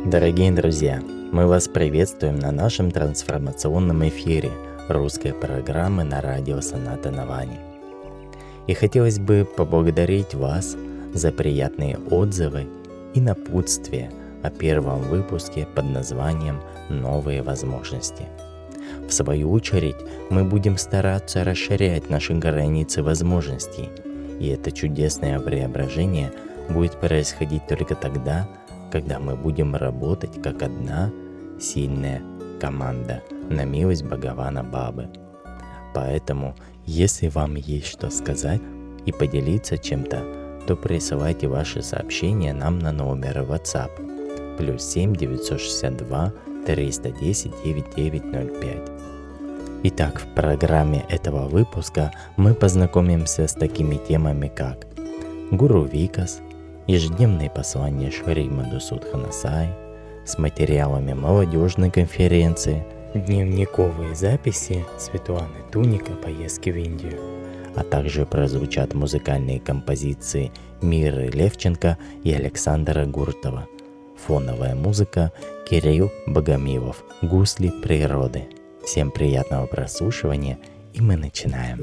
Дорогие друзья, мы вас приветствуем на нашем трансформационном эфире русской программы на радио Санатана Вани. И хотелось бы поблагодарить вас за приятные отзывы и напутствие о первом выпуске под названием «Новые возможности». В свою очередь, мы будем стараться расширять наши границы возможностей, и это чудесное преображение будет происходить только тогда, когда мы будем работать как одна сильная команда на милость Бхагавана Бабы. Поэтому, если вам есть что сказать и поделиться чем-то, то присылайте ваши сообщения нам на номер WhatsApp +7 962 310 9905. Итак, в программе этого выпуска мы познакомимся с такими темами, как Гуру Викас, ежедневные послания Шримад Судхана Сай с материалами молодежной конференции, дневниковые записи Светланы Туника поездки в Индию, а также прозвучат музыкальные композиции Миры Левченко и Александра Гуртова, фоновая музыка Кирилл Богомилов, гусли природы. Всем приятного прослушивания, и мы начинаем.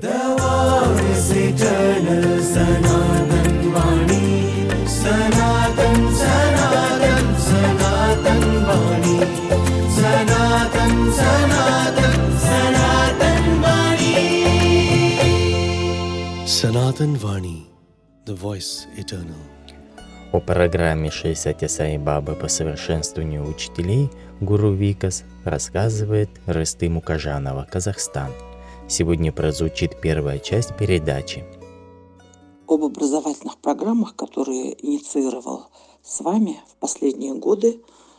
Sanatan, Sanatan, Sanatan Vani, Sanatan, Sanatan, Sanatan Vani. Sanatan Vani, the voice eternal. О программе 60 Сай Бабы по совершенствованию учителей Гуру Викас рассказывает Рыстым Укажанова, Казахстан. Сегодня прозвучит первая часть передачи. Об образовательных программах, которые инициировал с вами в последние годы.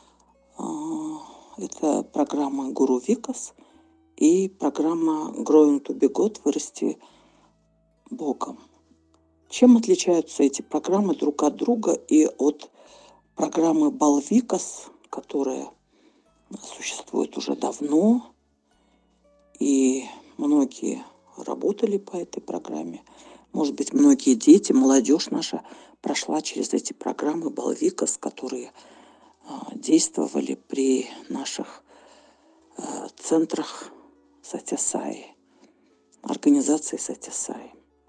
Это программа Гуру Викас и программа Growing to be God, вырасти Богом. Чем отличаются эти программы друг от друга и от программы Балвикас, которая существует уже давно, и многие работали по этой программе. Может быть, многие дети, молодежь наша прошла через эти программы Балвикас, которые действовали при наших центрах Сатья-Саи, организации Сатья-Саи.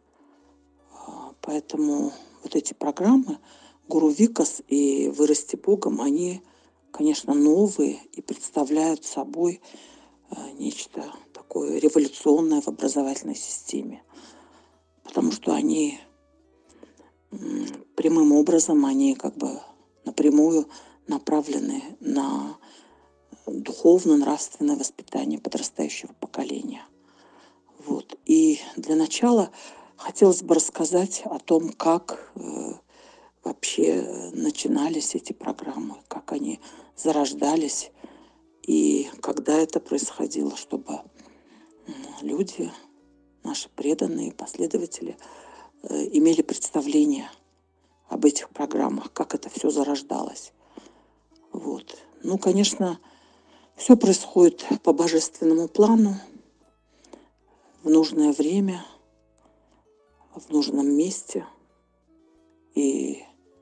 Поэтому вот эти программы Гуру Викас и Вырасти Богом, они, конечно, новые и представляют собой нечто такое революционное в образовательной системе. Потому что они прямым образом, они как бы напрямую направлены на духовно-нравственное воспитание подрастающего поколения. Вот. И для начала хотелось бы рассказать о том, как вообще начинались эти программы, как они зарождались и когда это происходило, чтобы люди, наши преданные последователи, имели представление об этих программах, как это все зарождалось. Вот. Ну, конечно, все происходит по божественному плану, в нужное время, в нужном месте и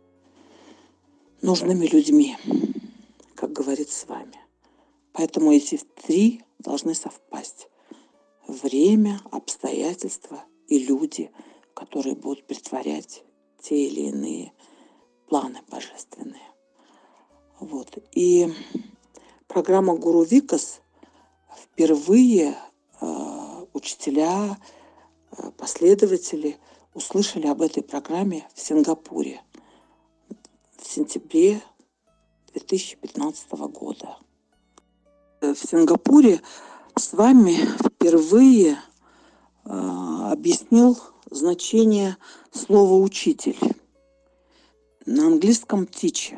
нужными людьми, как говорит с вами. Поэтому эти три должны совпасть. Время, обстоятельства и люди, которые будут претворять те или иные планы божественные. Вот. И программа Гуру Викас впервые учителя, последователи услышали об этой программе в Сингапуре в сентябре 2015 года. В Сингапуре с вами впервые объяснил значение слова «учитель». На английском «teacher».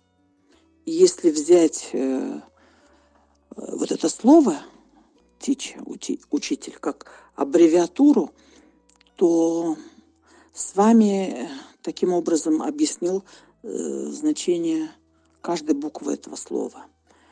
Если взять вот это слово «teacher», «учитель», как аббревиатуру, то с вами таким образом объяснил значение каждой буквы этого слова.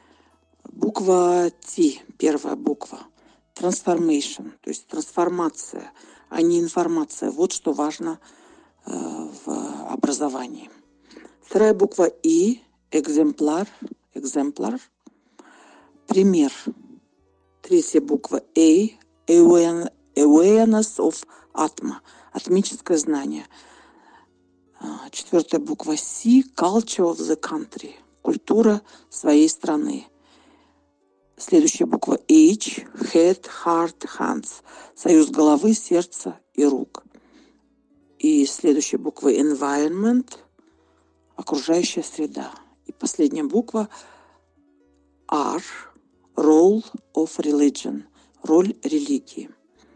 Буква Т, первая буква, transformation, то есть трансформация, а не информация. Вот что важно в образовании. Вторая буква И, экземпляр, exemplar. Пример. Третья буква A, awareness of atma, атмическое знание. Четвертая буква C, culture of the country, культура своей страны. Следующая буква H, head, heart, hands, союз головы, сердца и рук. И следующая буква environment, окружающая среда. И последняя буква R, role of religion, роль религии.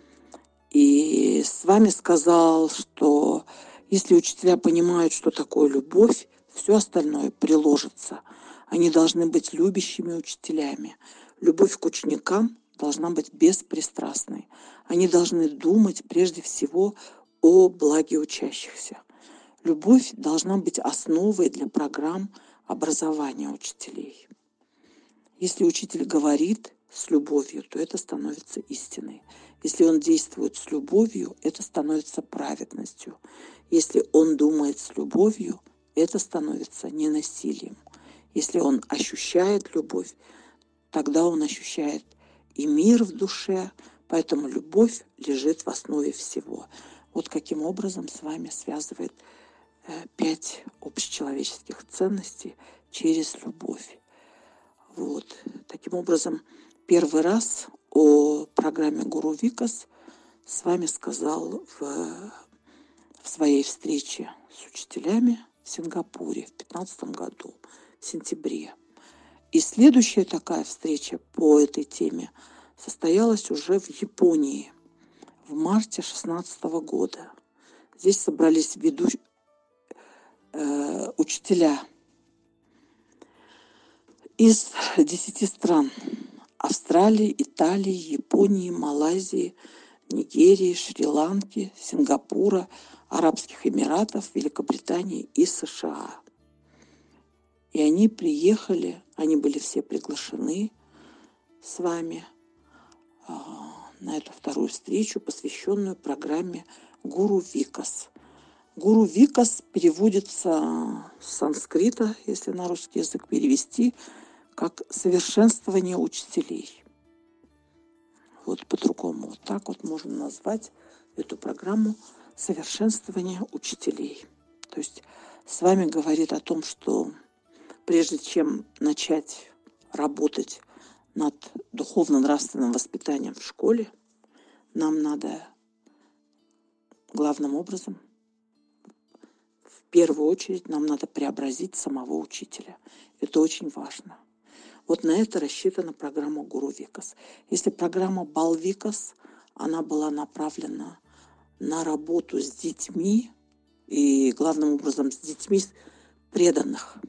И с вами сказал, что если учителя понимают, что такое любовь, все остальное приложится. Они должны быть любящими учителями. Любовь к ученикам должна быть беспристрастной. Они должны думать прежде всего о благе учащихся. Любовь должна быть основой для программ образования учителей. Если учитель говорит с любовью, то это становится истиной. Если он действует с любовью, это становится праведностью. Если он думает с любовью, это становится ненасилием. Если он ощущает любовь, тогда он ощущает и мир в душе, поэтому любовь лежит в основе всего. Вот каким образом с вами связывает 5 общечеловеческих ценностей через любовь. Вот. Таким образом, первый раз о программе Гуру Викас с вами сказал в своей встрече с учителями в Сингапуре в 2015 году, в сентябре. И следующая такая встреча по этой теме состоялась уже в Японии в марте 2016 года. Здесь собрались учителя из 10 стран: Австралии, Италии, Японии, Малайзии, Нигерии, Шри-Ланки, Сингапура, Арабских Эмиратов, Великобритании и США. И они приехали, они были все приглашены с вами на эту вторую встречу, посвященную программе Гуру Викас. Гуру Викас переводится с санскрита, если на русский язык перевести, как совершенствование учителей. Вот по-другому, вот так вот можно назвать эту программу совершенствование учителей. То есть с вами говорит о том, что прежде чем начать работать над духовно-нравственным воспитанием в школе, нам надо главным образом, в первую очередь, нам надо преобразить самого учителя. Это очень важно. Вот на это рассчитана программа Гуру Викас. Если программа Бал Викас, она была направлена на работу с детьми и главным образом с детьми преданных.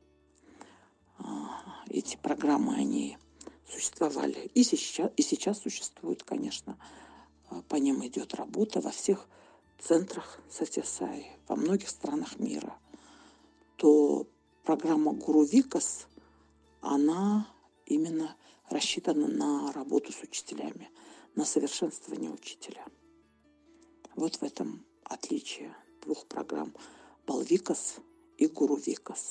Эти программы, они существовали и сейчас существуют, конечно. По ним идет работа во всех центрах Сатья-Саи, во многих странах мира. То программа Гуру Викас, она именно рассчитана на работу с учителями, на совершенствование учителя. Вот в этом отличие двух программ Бал Викас и Гуру Викас.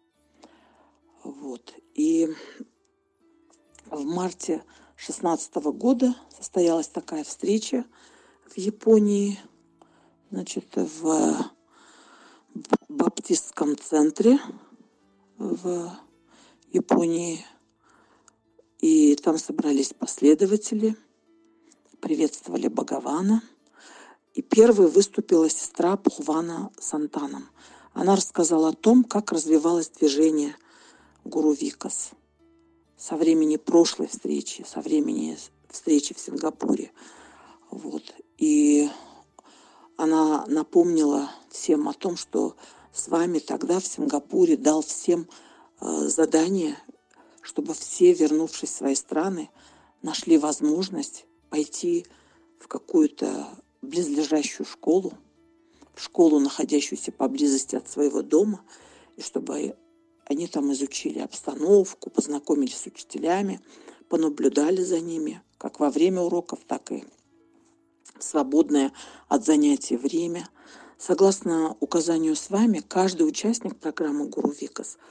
Вот. И в марте 2016 года состоялась такая встреча в Японии, значит, в баптистском центре в Японии. И там собрались последователи, приветствовали Бхагавана. И первой выступила сестра Бхувана Сантанам. Она рассказала о том, как развивалось движение Гуру Викас со времени прошлой встречи, со времени встречи в Сингапуре. Вот. И она напомнила всем о том, что с вами тогда в Сингапуре дал всем задание, чтобы все, вернувшись в свои страны, нашли возможность пойти в какую-то близлежащую школу, в школу, находящуюся поблизости от своего дома, и чтобы они там изучили обстановку, познакомились с учителями, понаблюдали за ними, как во время уроков, так и в свободное от занятий время. Согласно указанию с вами, каждый участник программы Гуру Викас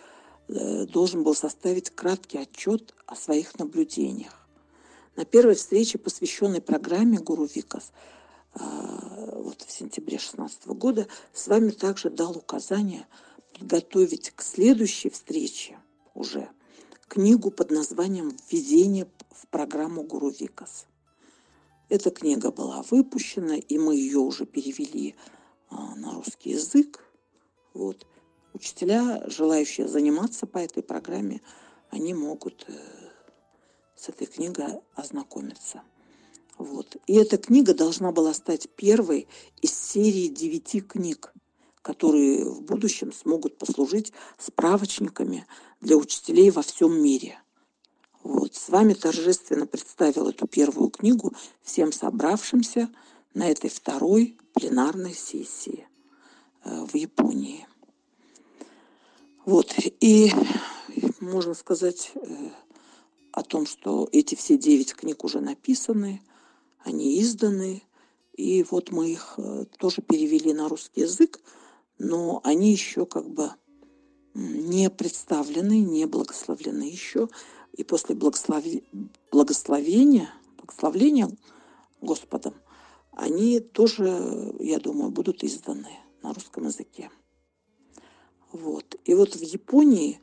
должен был составить краткий отчет о своих наблюдениях. На первой встрече, посвященной программе Гуру Викас, вот в сентябре 2016 года, с вами также дал указание подготовить к следующей встрече уже книгу под названием «Введение в программу Гуру Викас». Эта книга была выпущена, и мы ее уже перевели на русский язык. Вот. Учителя, желающие заниматься по этой программе, они могут с этой книгой ознакомиться. Вот. И эта книга должна была стать первой из серии 9 книг, которые в будущем смогут послужить справочниками для учителей во всем мире. Вот. С вами торжественно представил эту первую книгу всем собравшимся на этой второй пленарной сессии в Японии. Вот. И можно сказать о том, что эти все 9 книг уже написаны, они изданы, и вот мы их тоже перевели на русский язык, но они еще как бы не представлены, не благословлены еще. И после благословения Господом, они тоже, я думаю, будут изданы на русском языке. Вот. И вот в Японии,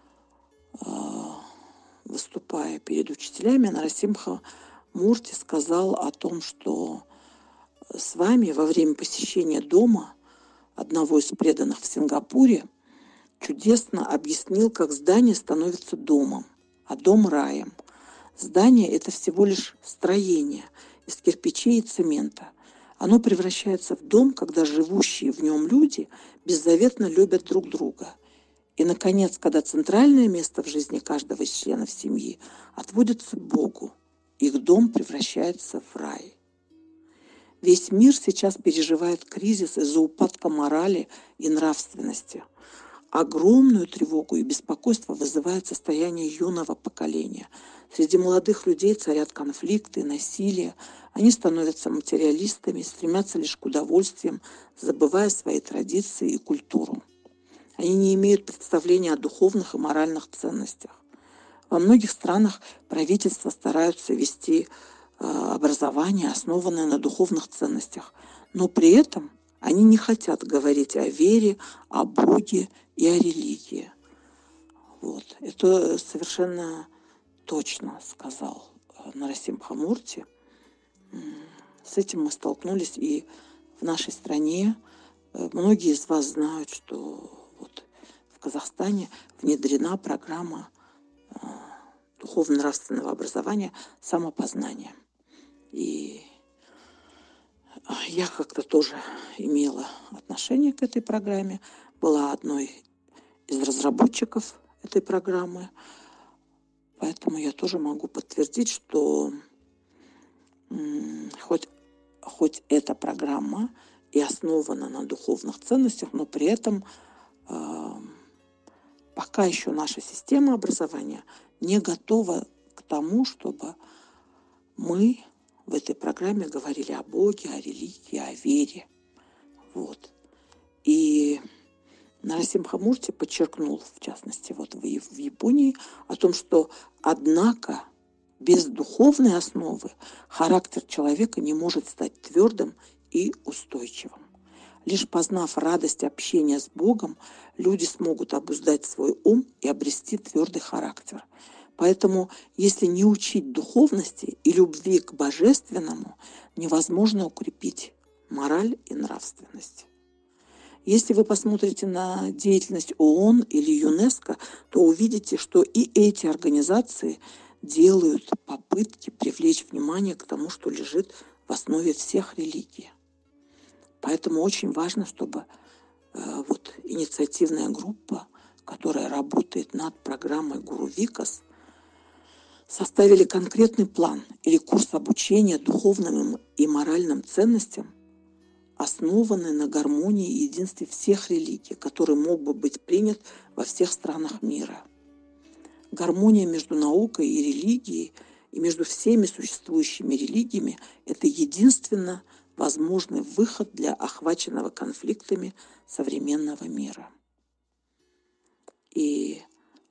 выступая перед учителями, Нарасимха Мурти сказал о том, что с вами во время посещения дома одного из преданных в Сингапуре чудесно объяснил, как здание становится домом, а дом раем. Здание – это всего лишь строение из кирпичей и цемента. Оно превращается в дом, когда живущие в нем люди беззаветно любят друг друга. И, наконец, когда центральное место в жизни каждого из членов семьи отводится Богу, их дом превращается в рай. Весь мир сейчас переживает кризис из-за упадка морали и нравственности. Огромную тревогу и беспокойство вызывает состояние юного поколения. Среди молодых людей царят конфликты, насилие. Они становятся материалистами, стремятся лишь к удовольствиям, забывая свои традиции и культуру. Они не имеют представления о духовных и моральных ценностях. Во многих странах правительства стараются вести образование, основанное на духовных ценностях, но при этом они не хотят говорить о вере, о Боге и о религии. Вот. Это совершенно точно сказал Нарасимха Мурти. С этим мы столкнулись и в нашей стране. Многие из вас знают, что вот в Казахстане внедрена программа духовно-нравственного образования «Самопознание». И я как-то тоже имела отношение к этой программе, была одной из разработчиков этой программы, поэтому я тоже могу подтвердить, что хоть эта программа и основана на духовных ценностях, но при этом пока еще наша система образования не готова к тому, чтобы мы в этой программе говорили о Боге, о религии, о вере. Вот. И Нарасимха Мурти подчеркнул, в частности, вот в Японии, о том, что, однако, без духовной основы характер человека не может стать твердым и устойчивым. Лишь познав радость общения с Богом, люди смогут обуздать свой ум и обрести твердый характер. Поэтому, если не учить духовности и любви к божественному, невозможно укрепить мораль и нравственность. Если вы посмотрите на деятельность ООН или ЮНЕСКО, то увидите, что и эти организации делают попытки привлечь внимание к тому, что лежит в основе всех религий. Поэтому очень важно, чтобы вот инициативная группа, которая работает над программой Гуру Викас, составили конкретный план или курс обучения духовным и моральным ценностям, основанный на гармонии и единстве всех религий, который мог бы быть принят во всех странах мира. Гармония между наукой и религией и между всеми существующими религиями – это единственно возможный выход для охваченного конфликтами современного мира. И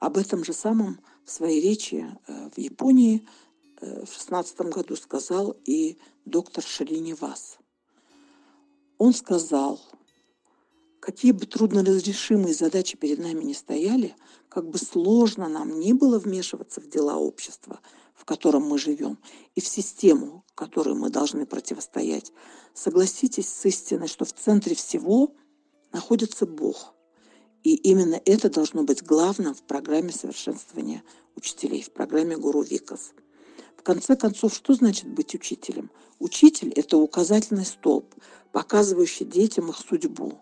Об этом же самом в своей речи в Японии в 2016 году сказал и доктор Шринивас. Он сказал, какие бы трудноразрешимые задачи перед нами ни стояли, как бы сложно нам ни было вмешиваться в дела общества, в котором мы живем, и в систему, которой мы должны противостоять, согласитесь с истиной, что в центре всего находится Бог. И именно это должно быть главным в программе совершенствования учителей, в программе Гуру Викас. В конце концов, что значит быть учителем? Учитель – это указательный столб, показывающий детям их судьбу.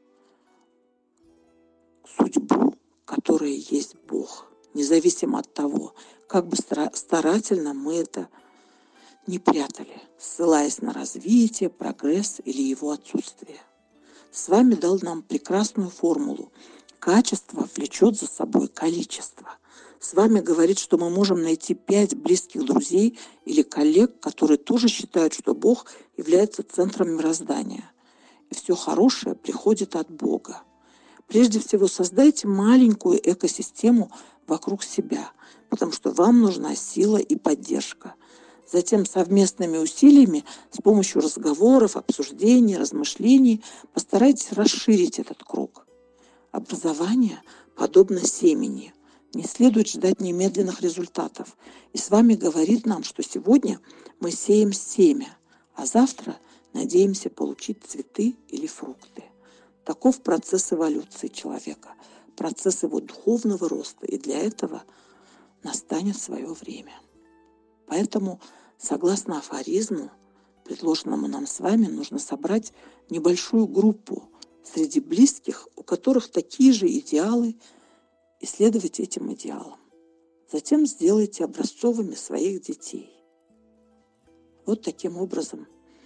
Судьбу, которая есть Бог, независимо от того, как бы старательно мы это не прятали, ссылаясь на развитие, прогресс или его отсутствие. С вами дал нам прекрасную формулу. Качество влечет за собой количество. С вами говорит, что мы можем найти 5 близких друзей или коллег, которые тоже считают, что Бог является центром мироздания. И все хорошее приходит от Бога. Прежде всего, создайте маленькую экосистему вокруг себя, потому что вам нужна сила и поддержка. Затем совместными усилиями, с помощью разговоров, обсуждений, размышлений, постарайтесь расширить этот круг. Образование подобно семени. Не следует ждать немедленных результатов. И с вами говорит нам, что сегодня мы сеем семя, а завтра надеемся получить цветы или фрукты. Таков процесс эволюции человека, процесс его духовного роста, и для этого настанет свое время. Поэтому, согласно афоризму, предложенному нам с вами, нужно собрать небольшую группу среди близких, у которых такие же идеалы, и следовать этим идеалам. Затем сделайте образцовыми своих детей. Вот таким образом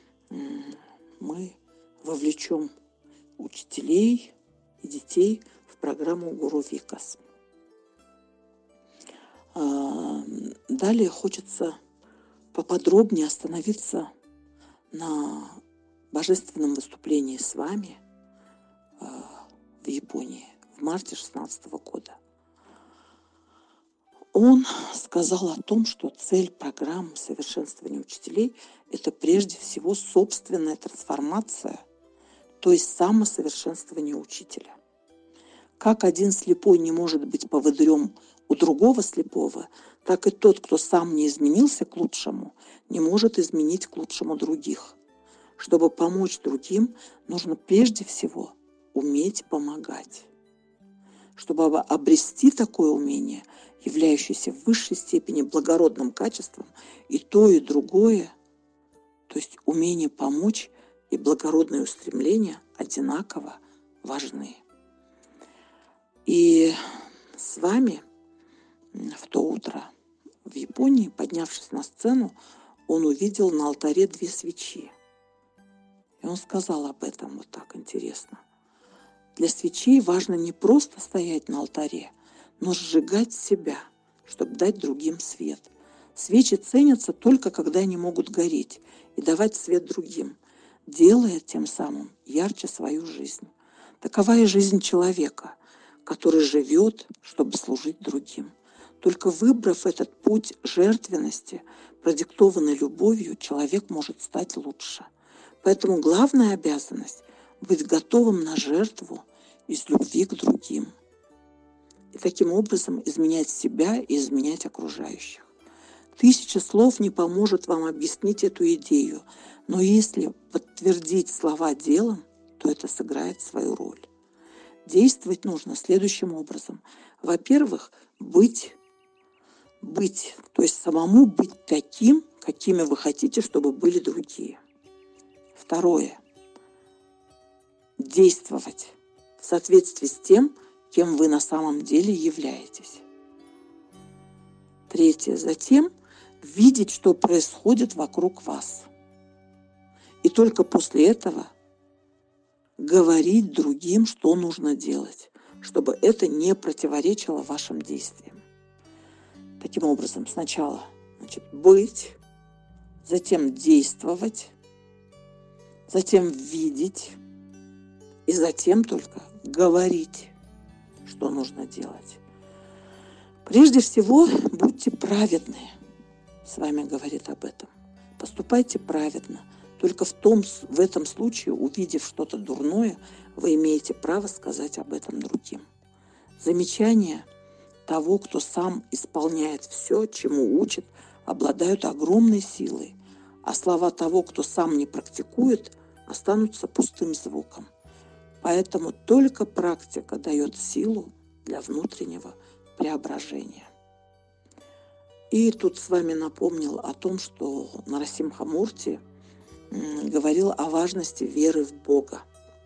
мы вовлечем учителей и детей в программу Гуру Викас. Далее хочется поподробнее остановиться на божественном выступлении с вами в Японии в марте 2016 года. Он сказал о том, что цель программы совершенствования учителей – это прежде всего собственная трансформация, то есть самосовершенствование учителя. Как один слепой не может быть поводырем у другого слепого, так и тот, кто сам не изменился к лучшему, не может изменить к лучшему других. Чтобы помочь другим, нужно прежде всего уметь помогать. Чтобы обрести такое умение, являющееся в высшей степени благородным качеством, и то, и другое, то есть умение помочь и благородные устремления одинаково важны. И с вами в то утро в Японии, поднявшись на сцену, он увидел на алтаре 2 свечи. И он сказал об этом вот так интересно. Для свечей важно не просто стоять на алтаре, но сжигать себя, чтобы дать другим свет. Свечи ценятся только когда они могут гореть и давать свет другим, делая тем самым ярче свою жизнь. Такова и жизнь человека, который живет, чтобы служить другим. Только выбрав этот путь жертвенности, продиктованный любовью, человек может стать лучше. Поэтому главная обязанность – быть готовым на жертву из любви к другим. И таким образом изменять себя и изменять окружающих. 1000 слов не поможет вам объяснить эту идею, но если подтвердить слова делом, то это сыграет свою роль. Действовать нужно следующим образом. Во-первых, быть, то есть самому быть таким, какими вы хотите, чтобы были другие. Второе. Действовать в соответствии с тем, кем вы на самом деле являетесь. Третье. Затем видеть, что происходит вокруг вас. И только после этого говорить другим, что нужно делать, чтобы это не противоречило вашим действиям. Таким образом, сначала быть, затем действовать, затем видеть, и затем только говорить, что нужно делать. Прежде всего, будьте праведны, с вами говорит об этом. Поступайте праведно. Только в этом случае, увидев что-то дурное, вы имеете право сказать об этом другим. Замечания того, кто сам исполняет все, чему учит, обладают огромной силой, а слова того, кто сам не практикует, останутся пустым звуком. Поэтому только практика дает силу для внутреннего преображения. И тут с вами напомнил о том, что Нарасимха Мурти говорил о важности веры в Бога.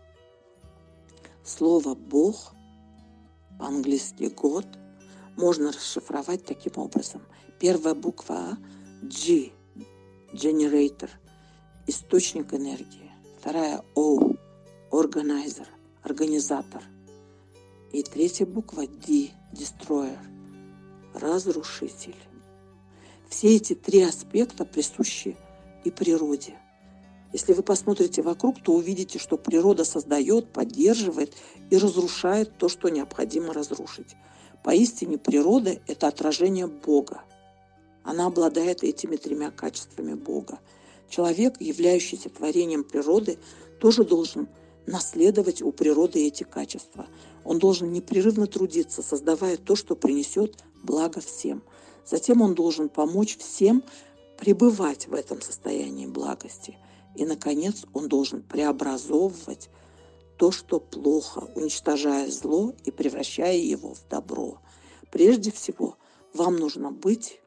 Слово «Бог», по-английски «God», можно расшифровать таким образом. Первая буква «А» – G – generator, источник энергии. Вторая «O» – organizer, организатор. И третья буква D – destroyer, разрушитель. Все эти три аспекта присущи и природе. Если вы посмотрите вокруг, то увидите, что природа создает, поддерживает и разрушает то, что необходимо разрушить. Поистине природа – это отражение Бога. Она обладает этими тремя качествами Бога. Человек, являющийся творением природы, тоже должен наследовать у природы эти качества. Он должен непрерывно трудиться, создавая то, что принесет благо всем. Затем он должен помочь всем пребывать в этом состоянии благости. И, наконец, он должен преобразовывать то, что плохо, уничтожая зло и превращая его в добро. Прежде всего, вам нужно быть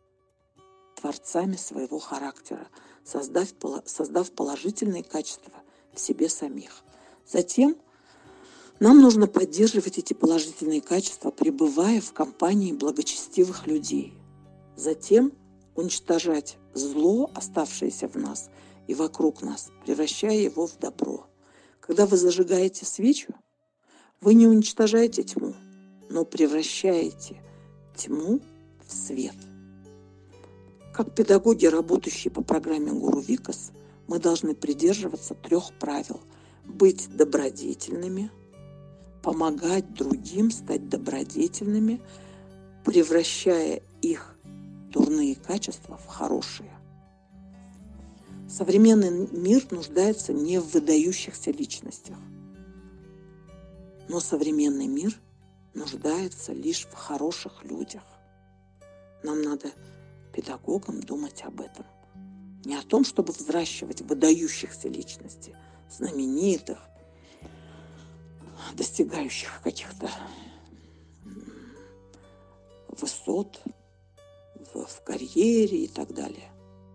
творцами своего характера, создав положительные качества в себе самих. Затем нам нужно поддерживать эти положительные качества, пребывая в компании благочестивых людей. Затем уничтожать зло, оставшееся в нас и вокруг нас, превращая его в добро. Когда вы зажигаете свечу, вы не уничтожаете тьму, но превращаете тьму в свет. Как педагоги, работающие по программе Гуру Викас, мы должны придерживаться 3 правил: быть добродетельными, помогать другим стать добродетельными, превращая их дурные качества в хорошие. Современный мир нуждается не в выдающихся личностях, но современный мир нуждается лишь в хороших людях. Нам надо, педагогам, думать об этом. Не о том, чтобы взращивать выдающихся личностей, знаменитых, достигающих каких-то высот в карьере и так далее.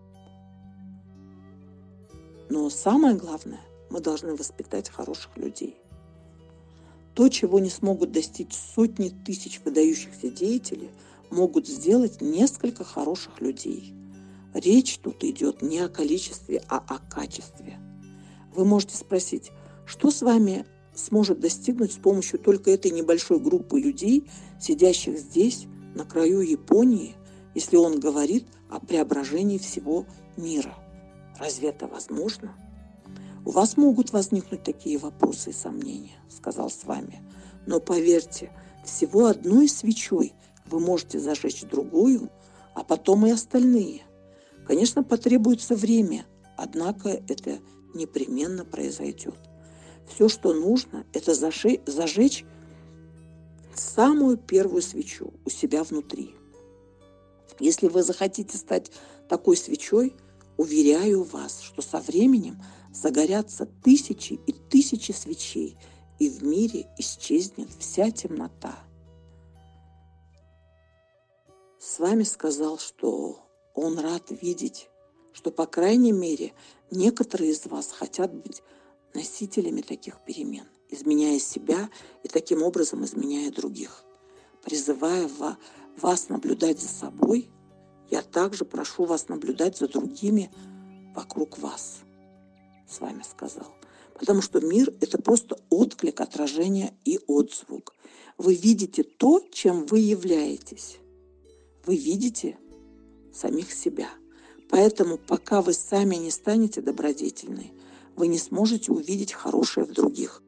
Но самое главное, мы должны воспитать хороших людей. То, чего не смогут достичь сотни тысяч выдающихся деятелей, могут сделать несколько хороших людей. Речь тут идет не о количестве, а о качестве. Вы можете спросить, что с вами сможет достигнуть с помощью только этой небольшой группы людей, сидящих здесь, на краю Японии, если он говорит о преображении всего мира? Разве это возможно? У вас могут возникнуть такие вопросы и сомнения, сказал с вами. Но поверьте, всего одной свечой вы можете зажечь другую, а потом и остальные. Конечно, потребуется время, однако это непременно произойдет. Все, что нужно, это зажечь самую первую свечу у себя внутри. Если вы захотите стать такой свечой, уверяю вас, что со временем загорятся тысячи и тысячи свечей, и в мире исчезнет вся темнота. С вами сказал, что он рад видеть, что, по крайней мере, некоторые из вас хотят быть носителями таких перемен, изменяя себя и таким образом изменяя других. Призывая вас наблюдать за собой, я также прошу вас наблюдать за другими вокруг вас, с вами сказал. Потому что мир – это просто отклик, отражение и отзвук. Вы видите то, чем вы являетесь. Вы видите самих себя. Поэтому, пока вы сами не станете добродетельны, вы не сможете увидеть хорошее в других.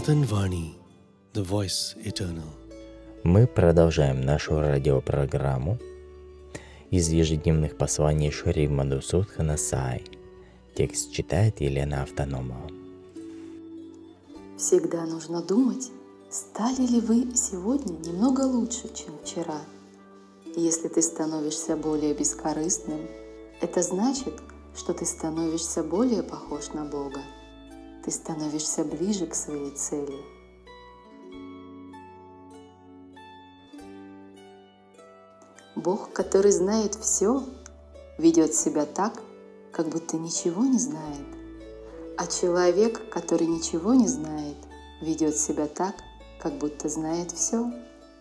Sanatan Vani, the voice eternal. Мы продолжаем нашу радиопрограмму из ежедневных посланий Шри Мадхусудхана Сай. Текст читает Елена Автономова. Всегда нужно думать, стали ли вы сегодня немного лучше, чем вчера. Если ты становишься более бескорыстным, это значит, что ты становишься более похож на Бога. Ты становишься ближе к своей цели. Бог, который знает все, ведет себя так, как будто ничего не знает. А человек, который ничего не знает, ведет себя так, как будто знает все.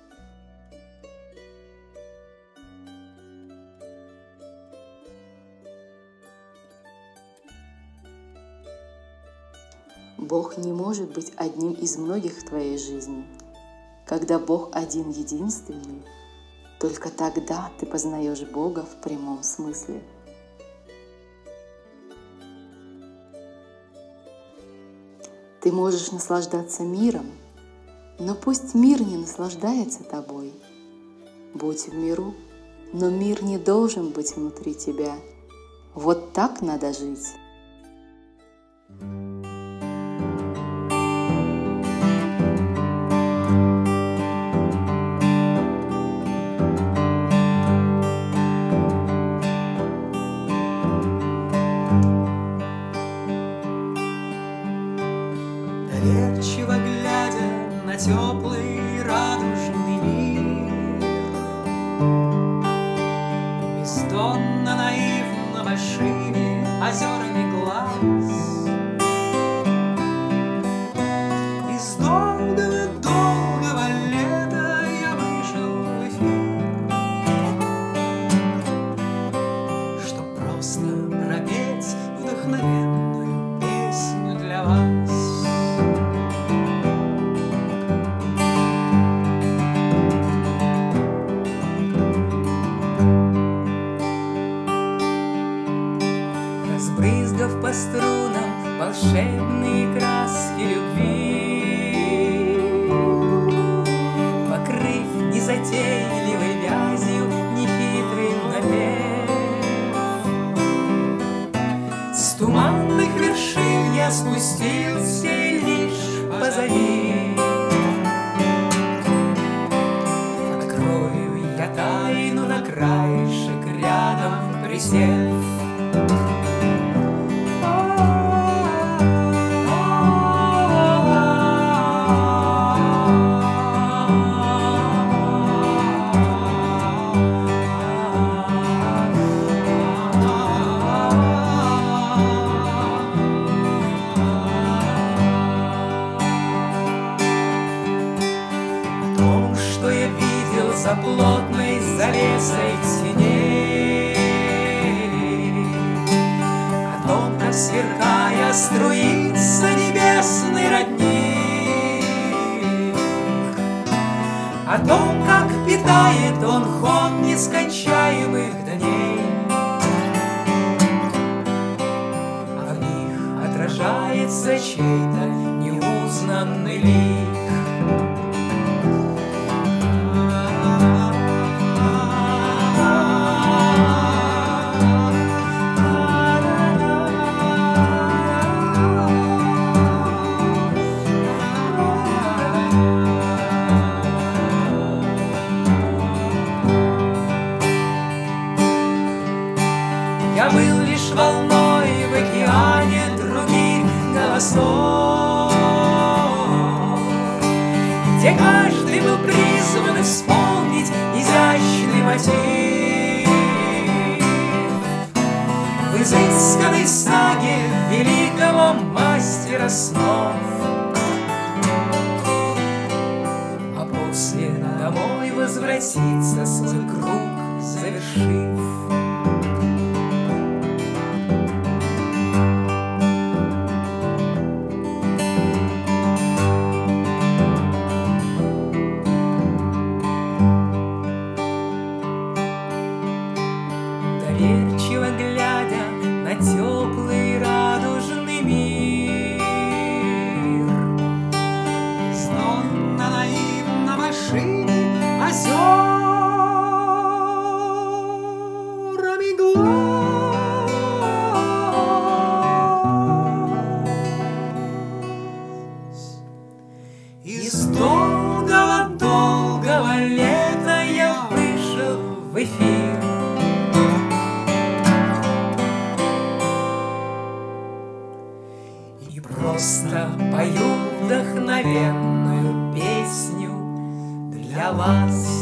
Бог не может быть одним из многих в твоей жизни. Когда Бог один единственный, только тогда ты познаешь Бога в прямом смысле. Ты можешь наслаждаться миром, но пусть мир не наслаждается тобой. Будь в миру, но мир не должен быть внутри тебя. Вот так надо жить. Доверчиво глядя на теплый радужный мир, бездонно наивно большими озерами глаз, из долгого-долгого лета я вышел в эфир, чтоб просто пропеть вдохновенную песню для вас. Разбрызгав по струнам волшебные краски любви, покрыв незатейливой вязью нехитрый напев, с туманных вершин я спустился и лишь позови открою я тайну на краешек рядом присев. За плотной завесой теней, о том, как сверкая струится небесный родник, о том, как питает он ход нескончаемых дней, а в них отражается чей-то неузнанный лик. Я был лишь волной в океане других голосов, где каждый был призван исполнить изящный мотив в изысканной саге великого мастера снов, а после домой возвратиться свой круг завершив. Доверчиво глядя на теплый радужный мир, просто пою вдохновенную песню для вас.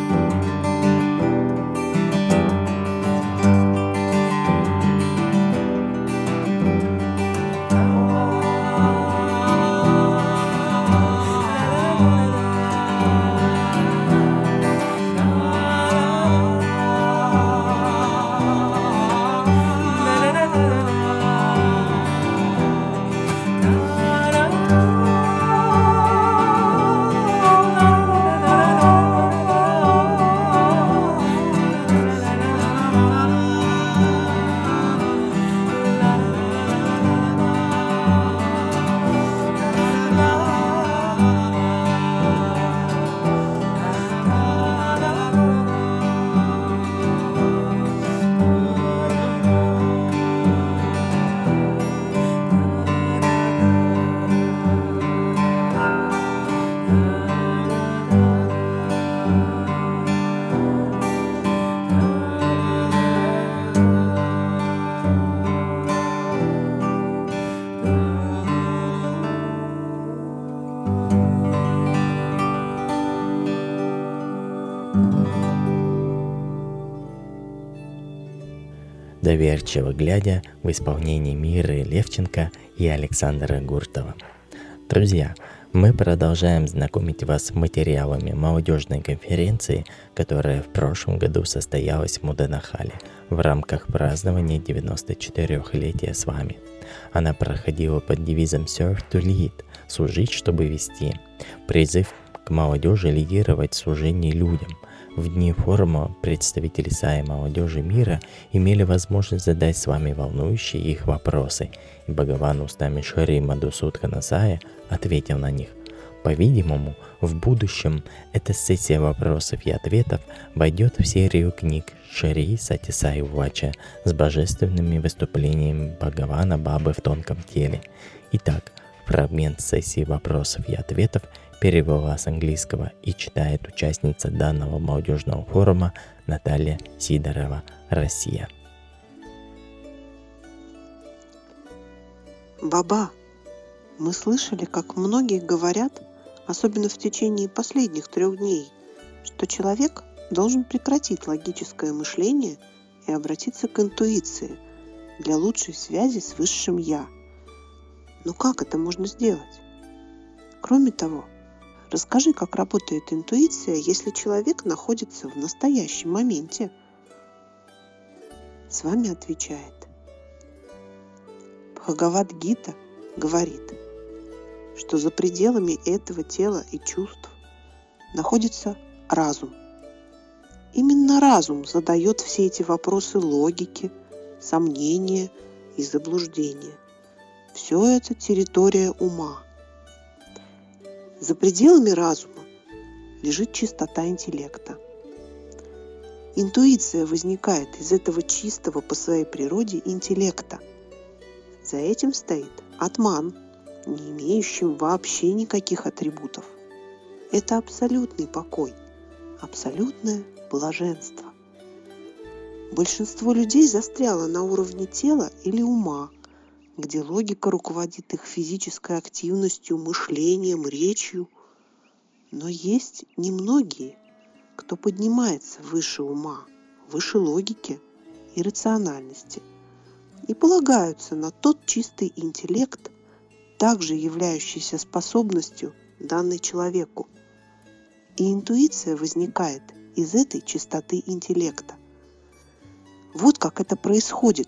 Доверчиво глядя в исполнении Миры Левченко и Александра Гуртова. Друзья, мы продолжаем знакомить вас с материалами молодежной конференции, которая в прошлом году состоялась в Муданахале в рамках празднования 94-летия с вами. Она проходила под девизом «Serve to Lead» – «Служить, чтобы вести». Призыв к молодежи лидировать в служении людям. В дни форума представители САИ молодежи мира имели возможность задать с вами волнующие их вопросы, и Бхагаван устами Шри Мадхусудхана Сая ответил на них. По-видимому, в будущем эта сессия вопросов и ответов войдет в серию книг Шри Сати Сай Увача с божественными выступлениями Бхагавана Бабы в тонком теле. Итак, фрагмент сессии вопросов и ответов перевела с английского и читает участница данного молодежного форума Наталья Сидорова, Россия. Баба, мы слышали, как многие говорят, особенно в течение последних 3 дней, что человек должен прекратить логическое мышление и обратиться к интуиции для лучшей связи с Высшим Я. Но как это можно сделать? Кроме того, расскажи, как работает интуиция, если человек находится в настоящем моменте. С вами отвечает. Бхагавад-гита говорит, что за пределами этого тела и чувств находится разум. Именно разум задает все эти вопросы логики, сомнения и заблуждения. Все это территория ума. За пределами разума лежит чистота интеллекта. Интуиция возникает из этого чистого по своей природе интеллекта. За этим стоит атман, не имеющим вообще никаких атрибутов. Это абсолютный покой, абсолютное блаженство. Большинство людей застряло на уровне тела или ума, где логика руководит их физической активностью, мышлением, речью. Но есть немногие, кто поднимается выше ума, выше логики и рациональности и полагаются на тот чистый интеллект, также являющийся способностью, данной человеку. И интуиция возникает из этой чистоты интеллекта. Вот как это происходит.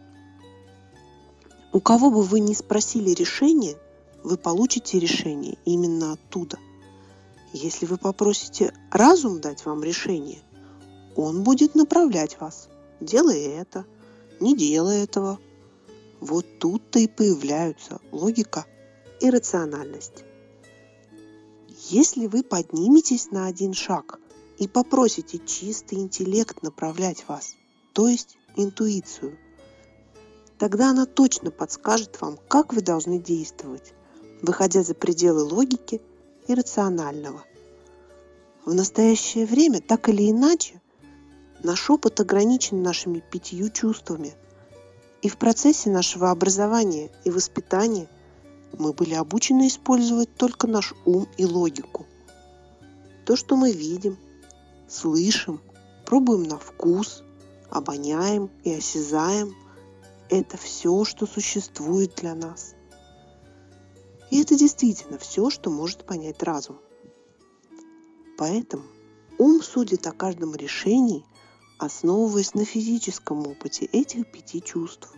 У кого бы вы ни спросили решение, вы получите решение именно оттуда. Если вы попросите разум дать вам решение, он будет направлять вас. Делай это, не делай этого. Вот тут-то и появляются логика и рациональность. Если вы подниметесь на один шаг и попросите чистый интеллект направлять вас, то есть интуицию, тогда она точно подскажет вам, как вы должны действовать, выходя за пределы логики и рационального. В настоящее время, так или иначе, наш опыт ограничен нашими 5 чувствами, и в процессе нашего образования и воспитания мы были обучены использовать только наш ум и логику. То, что мы видим, слышим, пробуем на вкус, обоняем и осязаем, это все, что существует для нас. И это действительно все, что может понять разум. Поэтому ум судит о каждом решении, основываясь на физическом опыте этих 5 чувств.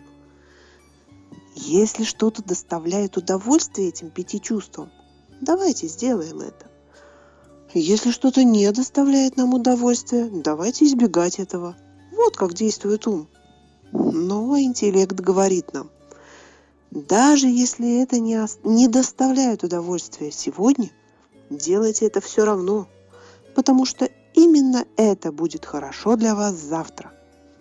Если что-то доставляет удовольствие этим 5 чувствам, давайте сделаем это. Если что-то не доставляет нам удовольствия, давайте избегать этого. Вот как действует ум. Но интеллект говорит нам, даже если это не доставляет удовольствия сегодня, делайте это все равно, потому что именно это будет хорошо для вас завтра.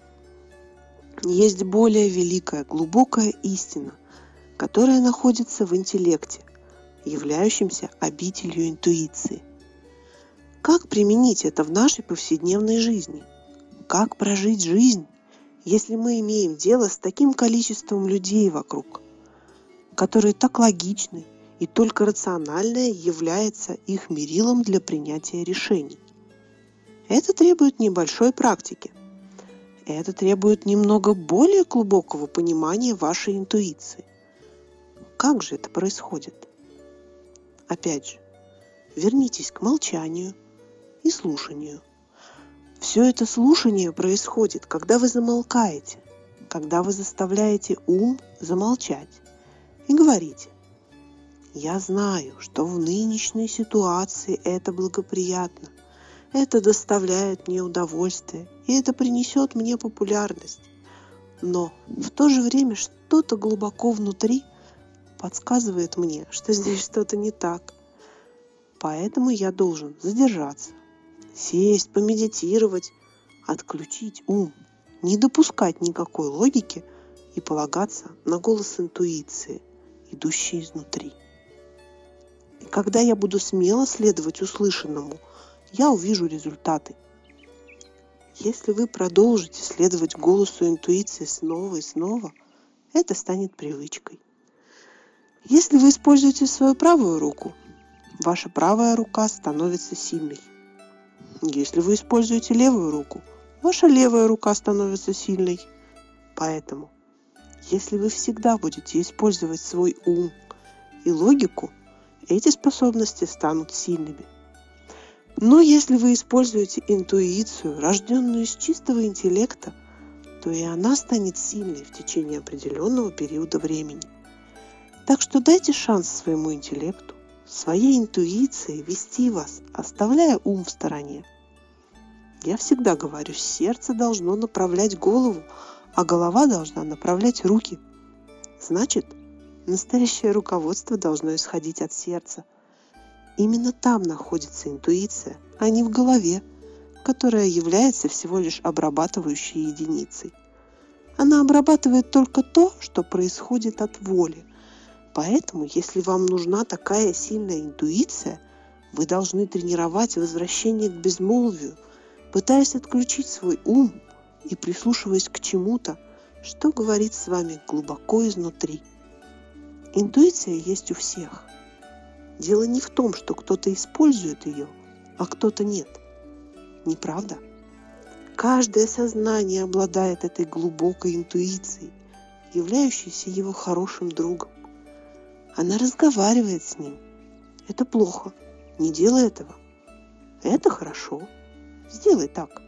Есть более великая, глубокая истина, которая находится в интеллекте, являющемся обителью интуиции. Как применить это в нашей повседневной жизни? Как прожить жизнь, если мы имеем дело с таким количеством людей вокруг, которые так логичны, и только рациональное является их мерилом для принятия решений? Это требует небольшой практики. Это требует немного более глубокого понимания вашей интуиции. Как же это происходит? Опять же, вернитесь к молчанию и слушанию. Все это слушание происходит, когда вы замолкаете, когда вы заставляете ум замолчать и говорите: «Я знаю, что в нынешней ситуации это благоприятно, это доставляет мне удовольствие, и это принесет мне популярность. Но в то же время что-то глубоко внутри подсказывает мне, что здесь что-то не так. Поэтому я должен задержаться, сесть, помедитировать, отключить ум, не допускать никакой логики и полагаться на голос интуиции, идущий изнутри. И когда я буду смело следовать услышанному, я увижу результаты. Если вы продолжите следовать голосу интуиции снова и снова, это станет привычкой. Если вы используете свою правую руку, ваша правая рука становится сильной. Если вы используете левую руку, ваша левая рука становится сильной. Поэтому, если вы всегда будете использовать свой ум и логику, эти способности станут сильными. Но если вы используете интуицию, рожденную из чистого интеллекта, то и она станет сильной в течение определенного периода времени. Так что дайте шанс своему интеллекту, своей интуиции вести вас, оставляя ум в стороне. Я всегда говорю, сердце должно направлять голову, а голова должна направлять руки. Значит, настоящее руководство должно исходить от сердца. Именно там находится интуиция, а не в голове, которая является всего лишь обрабатывающей единицей. Она обрабатывает только то, что происходит от воли. Поэтому, если вам нужна такая сильная интуиция, вы должны тренировать возвращение к безмолвию, пытаясь отключить свой ум и прислушиваясь к чему-то, что говорит с вами глубоко изнутри. Интуиция есть у всех. Дело не в том, что кто-то использует ее, а кто-то нет. Не правда? Каждое сознание обладает этой глубокой интуицией, являющейся его хорошим другом. Она разговаривает с ним. Это плохо. Не делай этого. Это хорошо. Сделай так.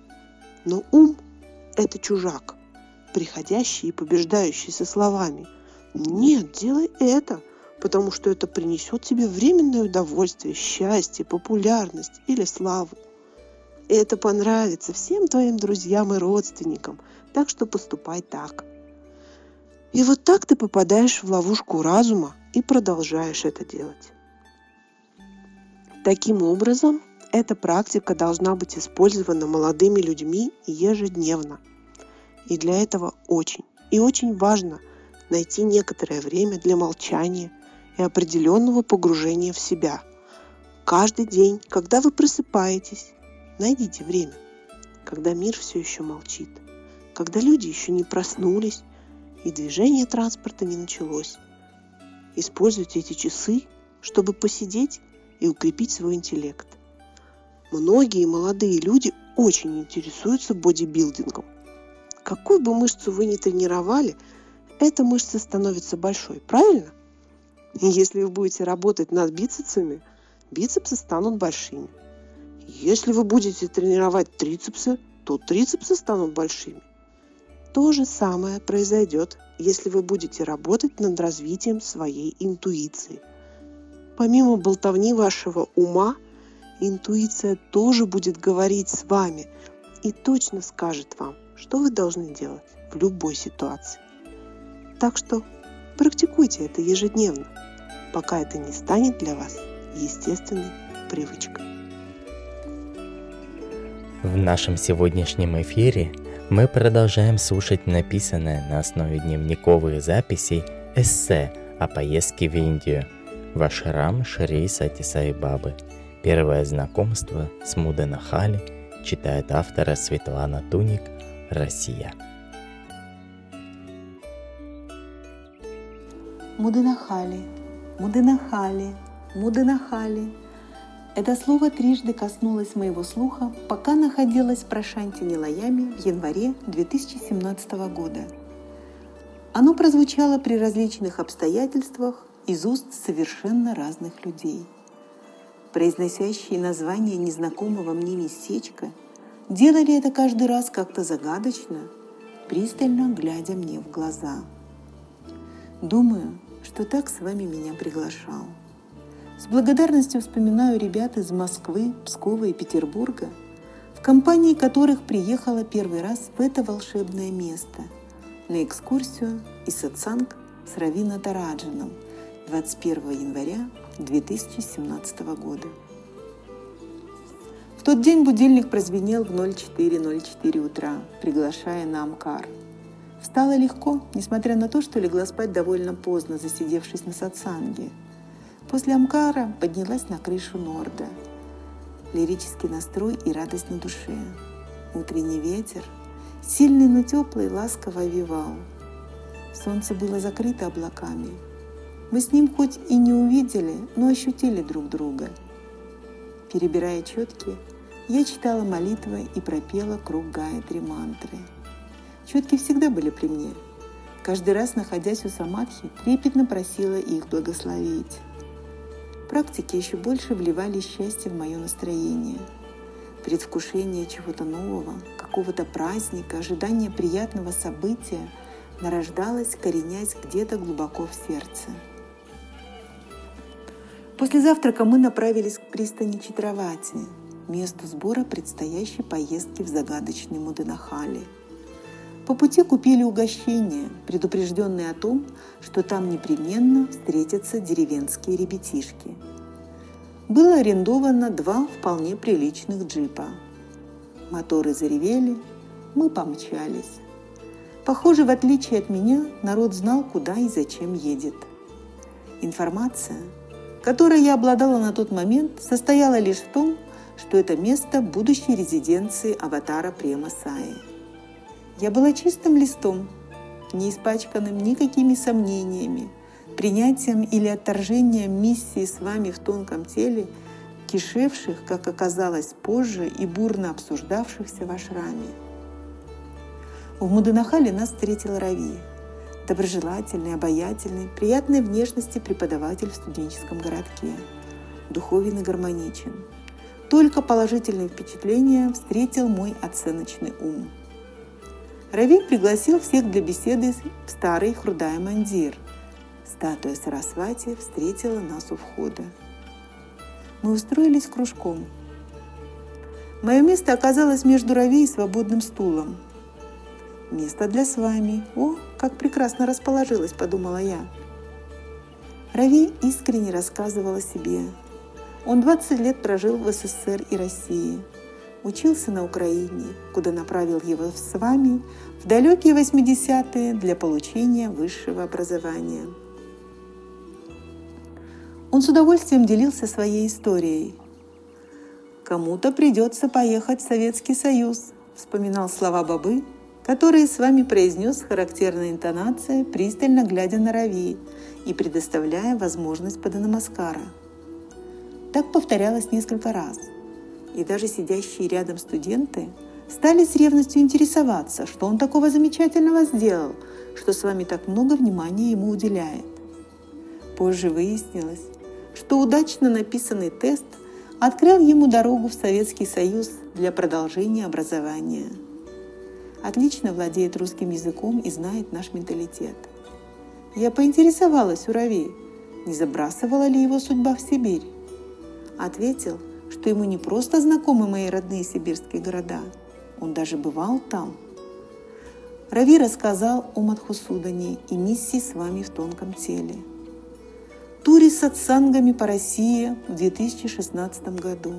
Но ум – это чужак, приходящий и побеждающий со словами: «Нет, делай это, потому что это принесет тебе временное удовольствие, счастье, популярность или славу. И это понравится всем твоим друзьям и родственникам, так что поступай так». И вот так ты попадаешь в ловушку разума и продолжаешь это делать. Таким образом, эта практика должна быть использована молодыми людьми ежедневно. И для этого очень и очень важно найти некоторое время для молчания и определенного погружения в себя. Каждый день, когда вы просыпаетесь, найдите время, когда мир все еще молчит, когда люди еще не проснулись и движение транспорта не началось. Используйте эти часы, чтобы посидеть и укрепить свой интеллект. Многие молодые люди очень интересуются бодибилдингом. Какую бы мышцу вы ни тренировали, эта мышца становится большой, правильно? И если вы будете работать над бицепсами, бицепсы станут большими. Если вы будете тренировать трицепсы, то трицепсы станут большими. То же самое произойдет, если вы будете работать над развитием своей интуиции. Помимо болтовни вашего ума, интуиция тоже будет говорить с вами и точно скажет вам, что вы должны делать в любой ситуации. Так что практикуйте это ежедневно, пока это не станет для вас естественной привычкой. В нашем сегодняшнем эфире мы продолжаем слушать написанное на основе дневниковых записей эссе о поездке в Индию в ашрам Шри Сати Сай Бабы. Первое знакомство с Муданахали читает автора Светлана Туник, Россия. Муданахали, Муданахали, Муданахали. Это слово трижды коснулось моего слуха, пока находилась в Прошанти-Нилаяме в январе 2017 года. Оно прозвучало при различных обстоятельствах из уст совершенно разных людей. Произносящие название незнакомого мне местечка делали это каждый раз как-то загадочно, пристально глядя мне в глаза. Думаю, что так с вами меня приглашал. С благодарностью вспоминаю ребят из Москвы, Пскова и Петербурга, в компании которых приехала первый раз в это волшебное место на экскурсию и сатсанг с Рави Натараджаном 21 января 2017 года. В тот день будильник прозвенел в 04:04 утра, приглашая на Амкар. Встала легко, несмотря на то, что легла спать довольно поздно, засидевшись на сатсанге. После Амкара поднялась на крышу Норда. Лирический настрой и радость на душе. Утренний ветер, сильный, но теплый, ласково овевал. Солнце было закрыто облаками. Мы с ним хоть и не увидели, но ощутили друг друга. Перебирая четки, я читала молитвы и пропела круг Гаятри мантры. Четки всегда были при мне. Каждый раз, находясь у самадхи, трепетно просила их благословить. Практики еще больше вливали счастье в мое настроение. Предвкушение чего-то нового, какого-то праздника, ожидание приятного события нарождалось, коренясь где-то глубоко в сердце. После завтрака мы направились к пристани Читравати, месту сбора предстоящей поездки в загадочный Муданахали. По пути купили угощение, предупрежденные о том, что там непременно встретятся деревенские ребятишки. Было арендовано 2 вполне приличных джипа. Моторы заревели, мы помчались. Похоже, в отличие от меня, народ знал, куда и зачем едет. Информация, которой я обладала на тот момент, состояла лишь в том, что это место будущей резиденции аватара Према Саи. Я была чистым листом, не испачканным никакими сомнениями, принятием или отторжением миссии с вами в тонком теле, кишевших, как оказалось позже, и бурно обсуждавшихся в ашраме. В Муданахали нас встретил Рави, доброжелательный, обаятельный, приятной внешности преподаватель в студенческом городке, духовен и гармоничен. Только положительные впечатления встретил мой оценочный ум. Рави пригласил всех для беседы в старый Хрудая Мандир. Статуя Сарасвати встретила нас у входа. Мы устроились кружком. Мое место оказалось между Рави и свободным стулом. «Место для с вами. О, как прекрасно расположилась», — подумала я. Рави искренне рассказывал о себе. Он 20 лет прожил в СССР и России. Учился на Украине, куда направил его с вами в далекие 80-е для получения высшего образования. Он с удовольствием делился своей историей. «Кому-то придется поехать в Советский Союз», — вспоминал слова Бабы, которые с вами произнес с характерной интонацией, пристально глядя на Рави и предоставляя возможность паданамаскара. Так повторялось несколько раз, и даже сидящие рядом студенты стали с ревностью интересоваться, что он такого замечательного сделал, что с вами так много внимания ему уделяет. Позже выяснилось, что удачно написанный тест открыл ему дорогу в Советский Союз для продолжения образования. Отлично владеет русским языком и знает наш менталитет. Я поинтересовалась у Рави, не забрасывала ли его судьба в Сибирь. Ответил, что ему не просто знакомы мои родные сибирские города, он даже бывал там. Рави рассказал о Мадхусудане и миссии с вами в тонком теле. Туре с сатсангами по России в 2016 году.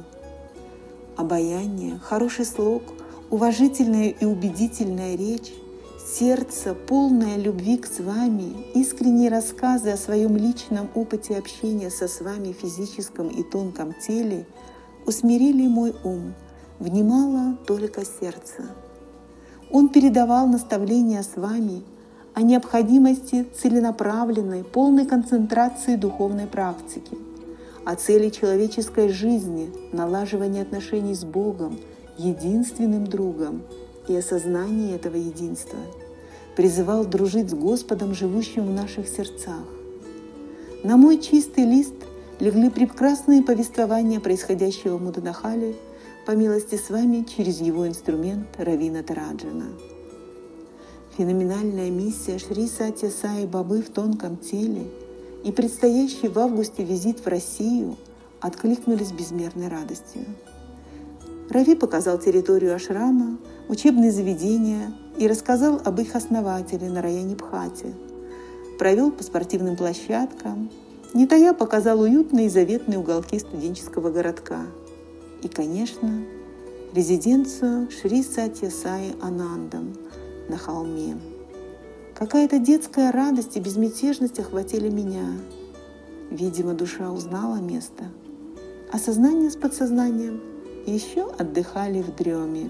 Обаяние, хороший слог, уважительная и убедительная речь, сердце, полное любви к с вами, искренние рассказы о своем личном опыте общения со с вами в физическом и тонком теле усмирили мой ум, внимало только сердце. Он передавал наставления с вами о необходимости целенаправленной, полной концентрации духовной практики, о цели человеческой жизни, налаживании отношений с Богом, единственным другом, и осознании этого единства. Призывал дружить с Господом, живущим в наших сердцах. На мой чистый лист легли прекрасные повествования происходящего в Муданахале, по милости с вами через его инструмент Рави Натараджана. Феноменальная миссия Шри Сатья Саи Бабы в тонком теле и предстоящий в августе визит в Россию откликнулись безмерной радостью. Рави показал территорию ашрама, учебные заведения и рассказал об их основателе Нараяне Бхате. Провел по спортивным площадкам, не тая показал уютные и заветные уголки студенческого городка. И, конечно, резиденцию Шри Сатья Саи Анандам на холме. Какая-то детская радость и безмятежность охватили меня. Видимо, душа узнала место, а сознание с подсознанием еще отдыхали в дреме.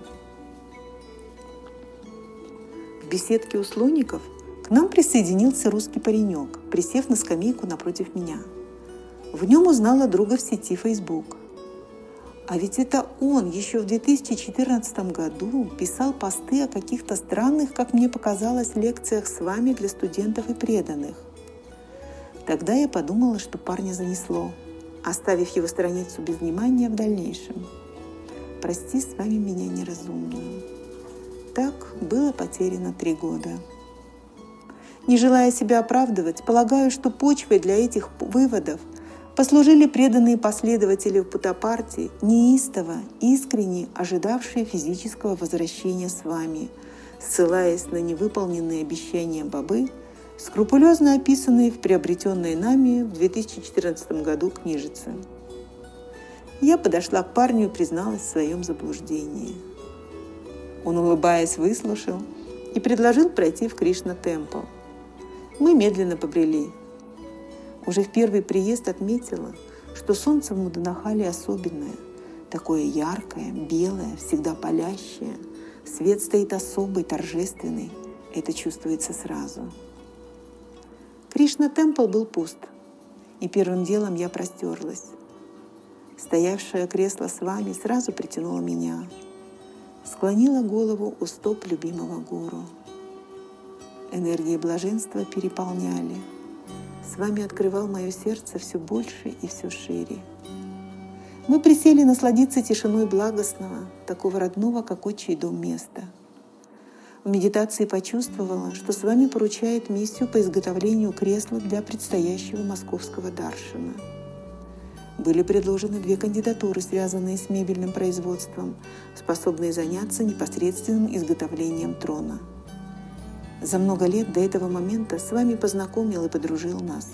В беседке у слоников к нам присоединился русский паренек, присев на скамейку напротив меня. В нем узнала друга в сети Facebook. А ведь это он еще в 2014 году писал посты о каких-то странных, как мне показалось, лекциях с вами для студентов и преданных. Тогда я подумала, что парня занесло, оставив его страницу без внимания в дальнейшем. Прости с вами меня неразумную. Так было потеряно 3 года. Не желая себя оправдывать, полагаю, что почвой для этих выводов послужили преданные последователи в Путапарте, неистово, искренне ожидавшие физического возвращения с вами, ссылаясь на невыполненные обещания Бабы, скрупулезно описанные в приобретенной нами в 2014 году книжице. Я подошла к парню и призналась в своем заблуждении. Он, улыбаясь, выслушал и предложил пройти в Кришна-темпл. Мы медленно побрели. Уже в первый приезд отметила, что солнце в Муданахале особенное, такое яркое, белое, всегда палящее. Свет стоит особый, торжественный. Это чувствуется сразу. Кришна-темпл был пуст, и первым делом я простерлась. Стоявшее кресло с вами сразу притянуло меня. Склонила голову у стоп любимого гуру. Энергии блаженства переполняли. С вами открывал мое сердце все больше и все шире. Мы присели насладиться тишиной благостного, такого родного, как отчий дом места. В медитации почувствовала, что с вами поручает миссию по изготовлению кресла для предстоящего московского даршана. Были предложены 2 кандидатуры, связанные с мебельным производством, способные заняться непосредственным изготовлением трона. За много лет до этого момента с вами познакомил и подружил нас.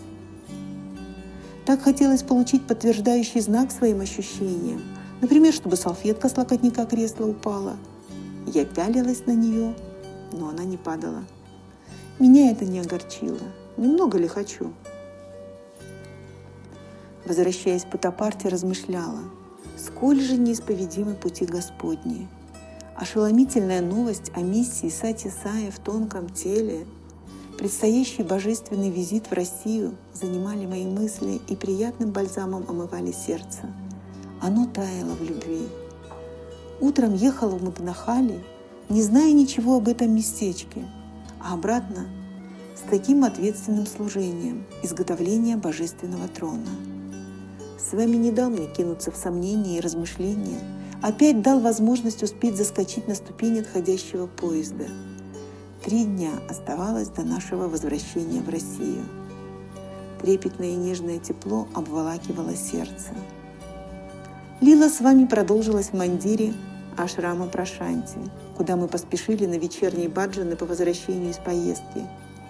Так хотелось получить подтверждающий знак своим ощущениям, например, чтобы салфетка с локотника кресла упала. Я пялилась на нее, но она не падала. Меня это не огорчило. Немного ли хочу? Возвращаясь в Путапарте, размышляла, сколь же неисповедимы пути Господни. Ошеломительная новость о миссии Сати Сая в тонком теле предстоящий божественный визит в Россию занимали мои мысли и приятным бальзамом омывали сердце. Оно таяло в любви. Утром ехала в Маденахали, не зная ничего об этом местечке, а обратно с таким ответственным служением – изготовления божественного трона. С вами не дал мне кинуться в сомнения и размышления, опять дал возможность успеть заскочить на ступень отходящего поезда. 3 дня оставалось до нашего возвращения в Россию. Трепетное и нежное тепло обволакивало сердце. Лила с вами продолжилась в мандире ашрама Прашанти, куда мы поспешили на вечерние баджаны по возвращению из поездки.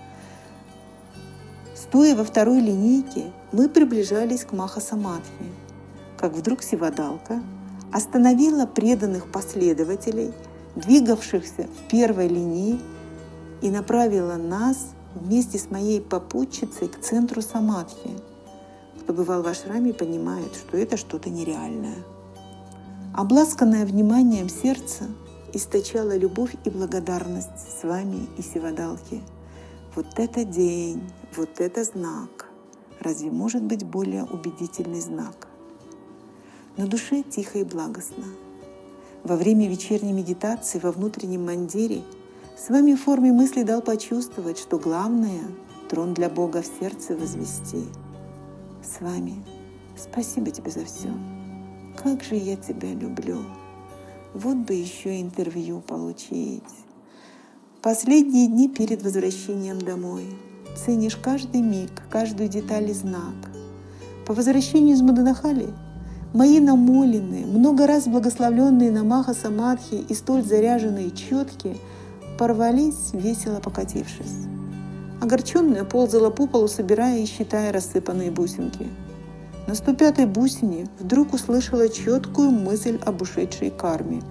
Стоя во второй линейке, мы приближались к Маха-Самадхи, как вдруг Сивадалка остановила преданных последователей, двигавшихся в первой линии, и направила нас вместе с моей попутчицей к центру самадхи. Кто бывал в ашраме, понимает, что это что-то нереальное. Обласканное вниманием сердце источало любовь и благодарность с вами и Сивадалки. Вот это день, вот это знак. Разве может быть более убедительный знак? На душе тихо и благостно. Во время вечерней медитации во внутреннем мандире с вами в форме мысли дал почувствовать, что главное — трон для Бога в сердце возвести. С вами спасибо тебе за все. Как же я тебя люблю. Вот бы еще интервью получить. Последние дни перед возвращением домой. Ценишь каждый миг, каждую деталь и знак. По возвращению из Маденахали мои намоленные, много раз благословленные на Маха-Самадхи и столь заряженные четки порвались, весело покатившись. Огорченная ползала по полу, собирая и считая рассыпанные бусинки. На 105-й бусине вдруг услышала четкую мысль об ушедшей карме.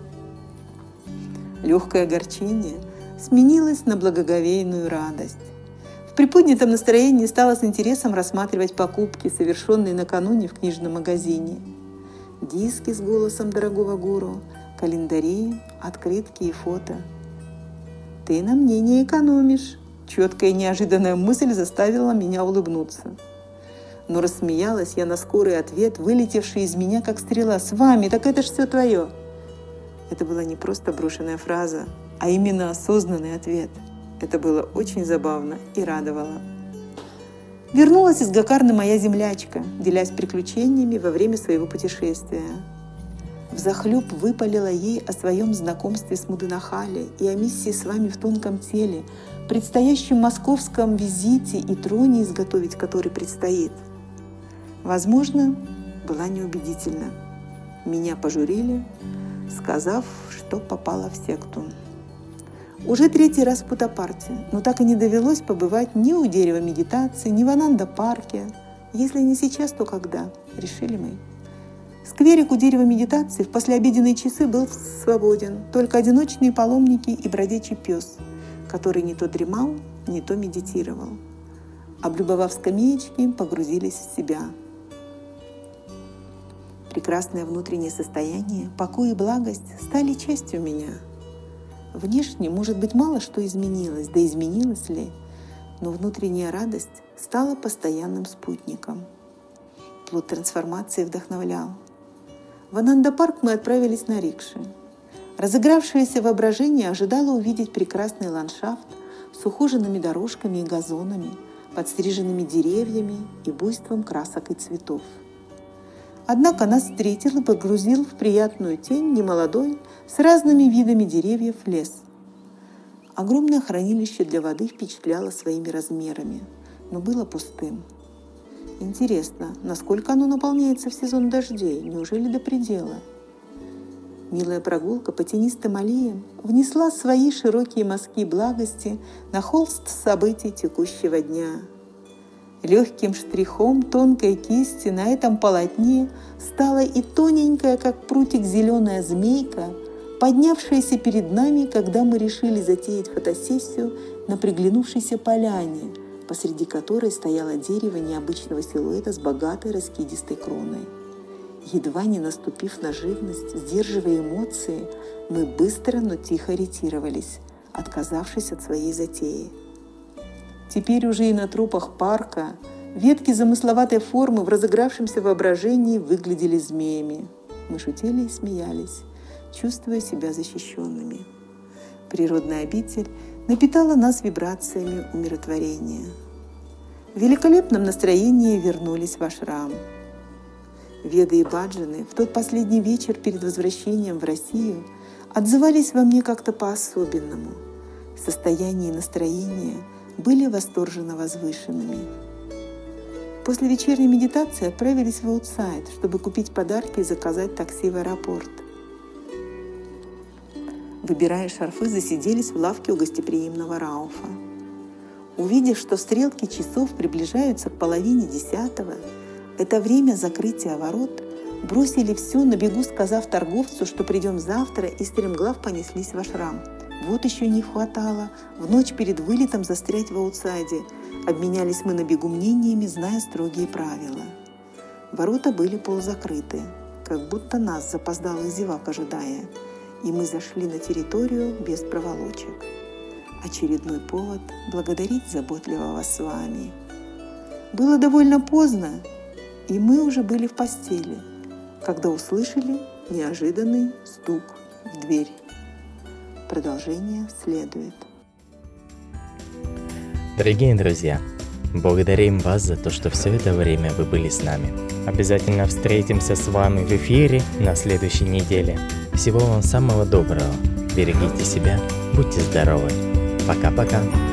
Легкое огорчение сменилось на благоговейную радость. В приподнятом настроении стала с интересом рассматривать покупки, совершенные накануне в книжном магазине. Диски с голосом дорогого гуру, календари, открытки и фото. «Ты на мне не экономишь!» Четкая и неожиданная мысль заставила меня улыбнуться. Но рассмеялась я на скорый ответ, вылетевший из меня как стрела. «С вами, так это ж все твое!» Это была не просто брошенная фраза, а именно осознанный ответ. Это было очень забавно и радовало. Вернулась из Гакарны моя землячка, делясь приключениями во время своего путешествия. Взахлеб выпалила ей о своем знакомстве с Маденахали и о миссии с вами в тонком теле, предстоящем московском визите и троне, изготовить который предстоит. Возможно, была неубедительна. Меня пожурили, сказав, что попала в секту. Уже 3-й раз в Путапарте, но так и не довелось побывать ни у дерева медитации, ни в Ананда-парке. Если не сейчас, то когда? Решили мы. Скверик у дерева медитации в послеобеденные часы был свободен. Только одиночные паломники и бродячий пес, который не то дремал, не то медитировал. Облюбовав скамеечки, погрузились в себя. Прекрасное внутреннее состояние, покой и благость стали частью меня. Внешне, может быть, мало что изменилось, да изменилось ли, но внутренняя радость стала постоянным спутником. Плод трансформации вдохновлял. В Ананда-парк мы отправились на рикше. Разыгравшееся воображение ожидало увидеть прекрасный ландшафт с ухоженными дорожками и газонами, подстриженными деревьями и буйством красок и цветов. Однако нас встретил и погрузил в приятную тень немолодой, с разными видами деревьев лес. Огромное хранилище для воды впечатляло своими размерами, но было пустым. Интересно, насколько оно наполняется в сезон дождей? Неужели до предела? Милая прогулка по тенистым аллеям внесла свои широкие мазки благости на холст событий текущего дня. Легким штрихом тонкой кисти на этом полотне стала и тоненькая, как прутик, зеленая змейка, поднявшаяся перед нами, когда мы решили затеять фотосессию на приглянувшейся поляне, посреди которой стояло дерево необычного силуэта с богатой раскидистой кроной. Едва не наступив на живность, сдерживая эмоции, мы быстро, но тихо ретировались, отказавшись от своей затеи. Теперь уже и на тропах парка ветки замысловатой формы в разыгравшемся воображении выглядели змеями. Мы шутили и смеялись, чувствуя себя защищенными. Природная обитель напитала нас вибрациями умиротворения. В великолепном настроении вернулись в ашрам. Веды и баджаны в тот последний вечер перед возвращением в Россию отзывались во мне как-то по-особенному. Состояние и настроение были восторженно возвышенными. После вечерней медитации отправились в аутсайд, чтобы купить подарки и заказать такси в аэропорт. Выбирая шарфы, засиделись в лавке у гостеприимного Рауфа. Увидев, что стрелки часов приближаются к 9:30, это время закрытия ворот, бросили все на бегу, сказав торговцу, что придем завтра, и стремглав понеслись в ашрам. Вот еще не хватало в ночь перед вылетом застрять в аутсайде. Обменялись мы на бегу мнениями, зная строгие правила. Ворота были полузакрыты, как будто нас, запоздалых зевак, ожидая, и мы зашли на территорию без проволочек. Очередной повод благодарить заботливого с вами. Было довольно поздно, и мы уже были в постели, когда услышали неожиданный стук в дверь. Продолжение следует. Дорогие друзья, благодарим вас за то, что все это время вы были с нами. Обязательно встретимся с вами в эфире на следующей неделе. Всего вам самого доброго. Берегите себя, будьте здоровы. Пока-пока.